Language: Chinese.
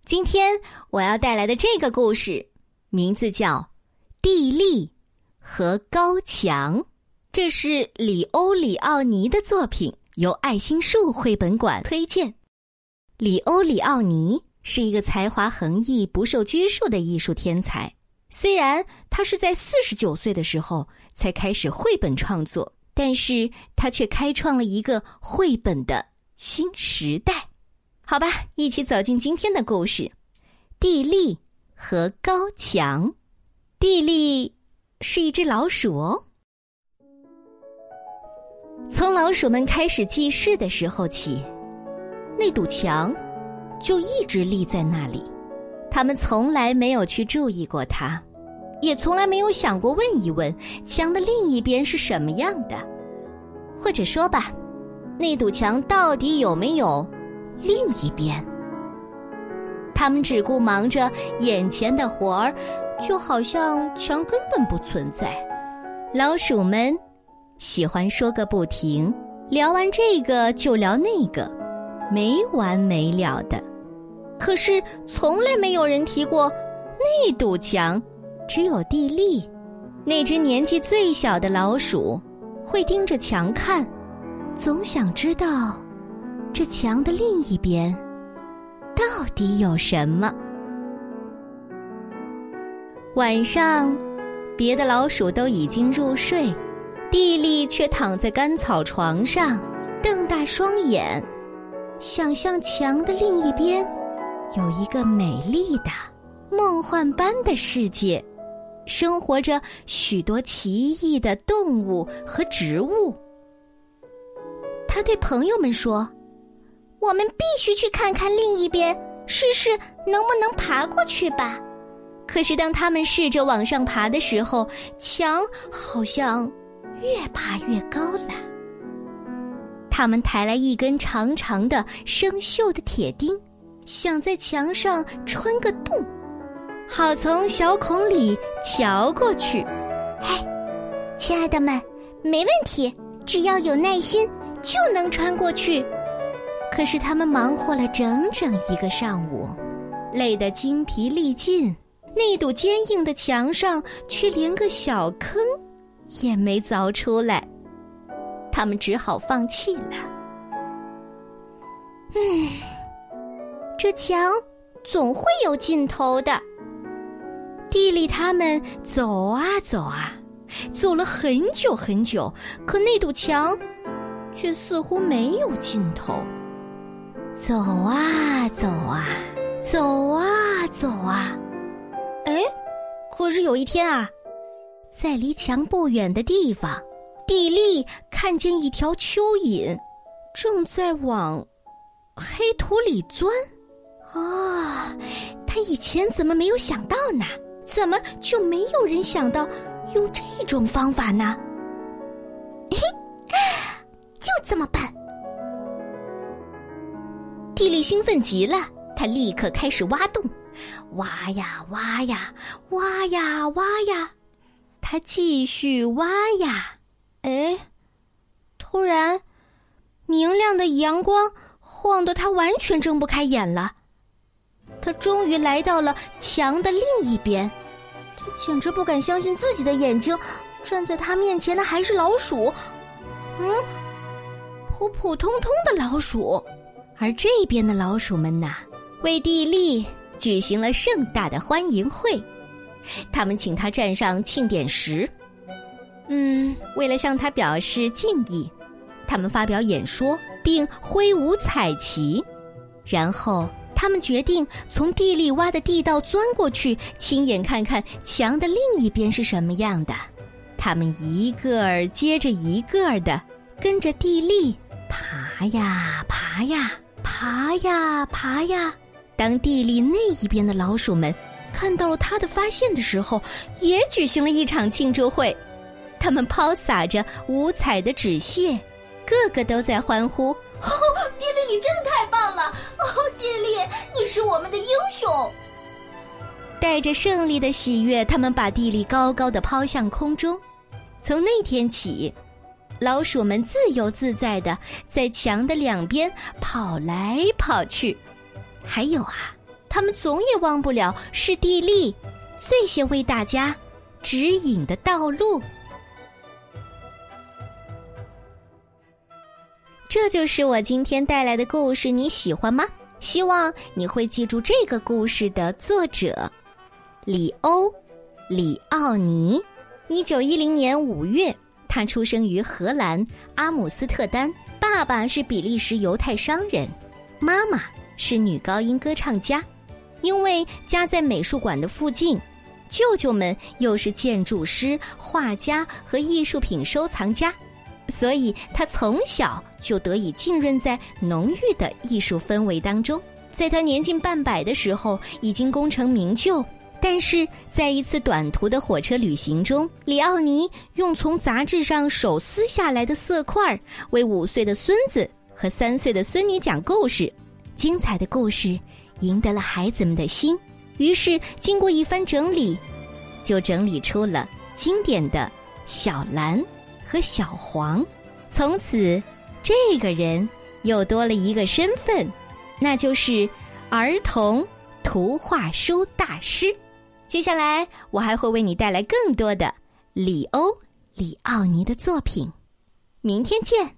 今天我要带来的这个故事，名字叫《蒂莉和高墙》，这是里欧·里奥尼的作品，由爱心树绘本馆推荐。里欧·里奥尼是一个才华横溢、不受拘束的艺术天才。虽然他是在49岁的时候才开始绘本创作，但是他却开创了一个绘本的新时代。好吧，一起走进今天的故事。蒂莉和高墙。蒂莉是一只老鼠哦。从老鼠们开始记事的时候起，那堵墙就一直立在那里。他们从来没有去注意过它，也从来没有想过问一问墙的另一边是什么样的。或者说吧，那堵墙到底有没有另一边？他们只顾忙着眼前的活儿，就好像墙根本不存在。老鼠们喜欢说个不停，聊完这个就聊那个，没完没了的。可是从来没有人提过那堵墙。只有蒂莉，那只年纪最小的老鼠，会盯着墙看，总想知道这墙的另一边到底有什么。晚上，别的老鼠都已经入睡，蒂莉却躺在干草床上，瞪大双眼，想象墙的另一边有一个美丽的、梦幻般的世界，生活着许多奇异的动物和植物。他对朋友们说，我们必须去看看另一边，试试能不能爬过去吧。可是当他们试着往上爬的时候，墙好像越爬越高了。他们抬来一根长长的生锈的铁钉，想在墙上穿个洞，好从小孔里瞧过去。嘿，亲爱的们，没问题，只要有耐心就能穿过去。可是他们忙活了整整一个上午，累得精疲力尽，那堵坚硬的墙上却连个小坑也没凿出来。他们只好放弃了。这墙总会有尽头的。蒂莉他们走啊走啊，走了很久很久，可那堵墙却似乎没有尽头。走啊走啊，走啊走啊，可是有一天啊，在离墙不远的地方，蒂莉看见一条蚯蚓正在往黑土里钻。他以前怎么没有想到呢？怎么就没有人想到用这种方法呢？就这么办！蒂莉兴奋极了，她立刻开始挖洞，挖呀挖呀，挖呀挖呀，她继续挖呀。突然，明亮的阳光晃得她完全睁不开眼了。她终于来到了墙的另一边，她简直不敢相信自己的眼睛，站在她面前的还是老鼠。普普通通的老鼠。而这边的老鼠们呢，为蒂莉举行了盛大的欢迎会。他们请她站上庆典石，为了向她表示敬意，他们发表演说并挥舞彩旗。然后他们决定从蒂莉挖的地道钻过去，亲眼看看墙的另一边是什么样的。他们一个儿接着一个儿的跟着蒂莉爬呀爬呀，爬呀爬呀。当蒂莉那一边的老鼠们看到了她的发现的时候，也举行了一场庆祝会。他们抛洒着五彩的纸屑，个个都在欢呼。蒂莉，你真的太棒了！蒂莉，你是我们的英雄！带着胜利的喜悦，他们把蒂莉高高地抛向空中。从那天起，老鼠们自由自在地在墙的两边跑来跑去。还有啊， 他们总也忘不了是地利最先为大家指引的道路。这就是我今天带来的故事，你喜欢吗？希望你会记住这个故事的作者里欧·里奥尼。1910年5月，他出生于荷兰阿姆斯特丹，爸爸是比利时犹太商人，妈妈是女高音歌唱家。因为家在美术馆的附近，舅舅们又是建筑师、画家和艺术品收藏家，所以他从小就得以浸润在浓郁的艺术氛围当中。在他年近半百的时候，已经功成名就。但是在一次短途的火车旅行中，里奥尼用从杂志上手撕下来的色块为5岁的孙子和3岁的孙女讲故事。精彩的故事赢得了孩子们的心，于是经过一番整理，就整理出了经典的小蓝和小黄。从此这个人又多了一个身份，那就是儿童图画书大师。接下来我还会为你带来更多的里欧·里奥尼的作品。明天见。